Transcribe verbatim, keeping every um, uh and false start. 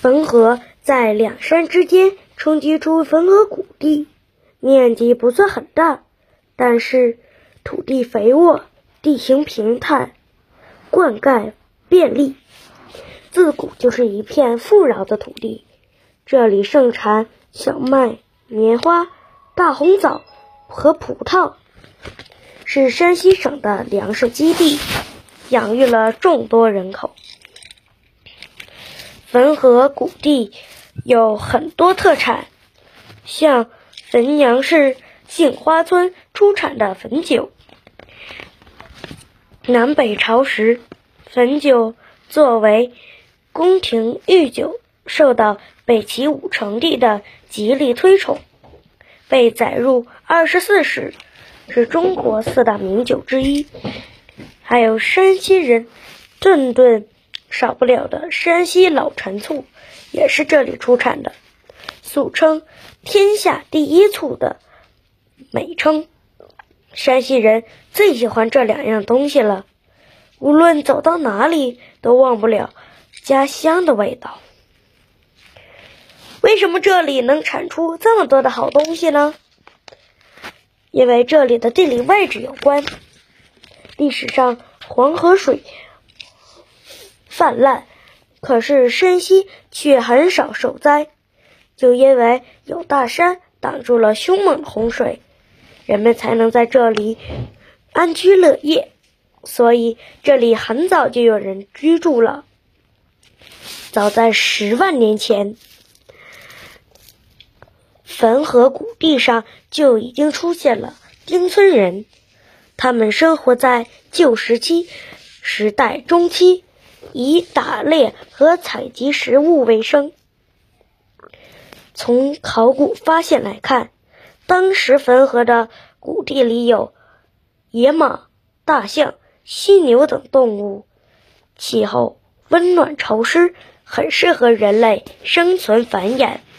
汾河在两山之间冲击出汾河谷地，面积不算很大，但是土地肥沃，地形平坦，灌溉便利，自古就是一片富饶的土地。这里盛产小麦、棉花、大红枣和葡萄，是山西省的粮食基地，养育了众多人口。汾河谷地有很多特产，像汾阳市杏花村出产的汾酒。南北朝时，汾酒作为宫廷御酒，受到北齐武成帝的极力推崇，被载入二十四史，是中国四大名酒之一。还有山西人顿顿少不了的山西老陈醋，也是这里出产的，俗称天下第一醋的美称。山西人最喜欢这两样东西了，无论走到哪里都忘不了家乡的味道。为什么这里能产出这么多的好东西呢？因为这里的地理位置有关。历史上黄河水泛滥，可是山西却很少受灾，就因为有大山挡住了凶猛的洪水，人们才能在这里安居乐业，所以这里很早就有人居住了。早在十万年前，汾河谷地上就已经出现了丁村人，他们生活在旧石器时代中期，以打猎和采集食物为生。从考古发现来看，当时汾河的谷地里有野马、大象、犀牛等动物，气候温暖潮湿，很适合人类生存繁衍。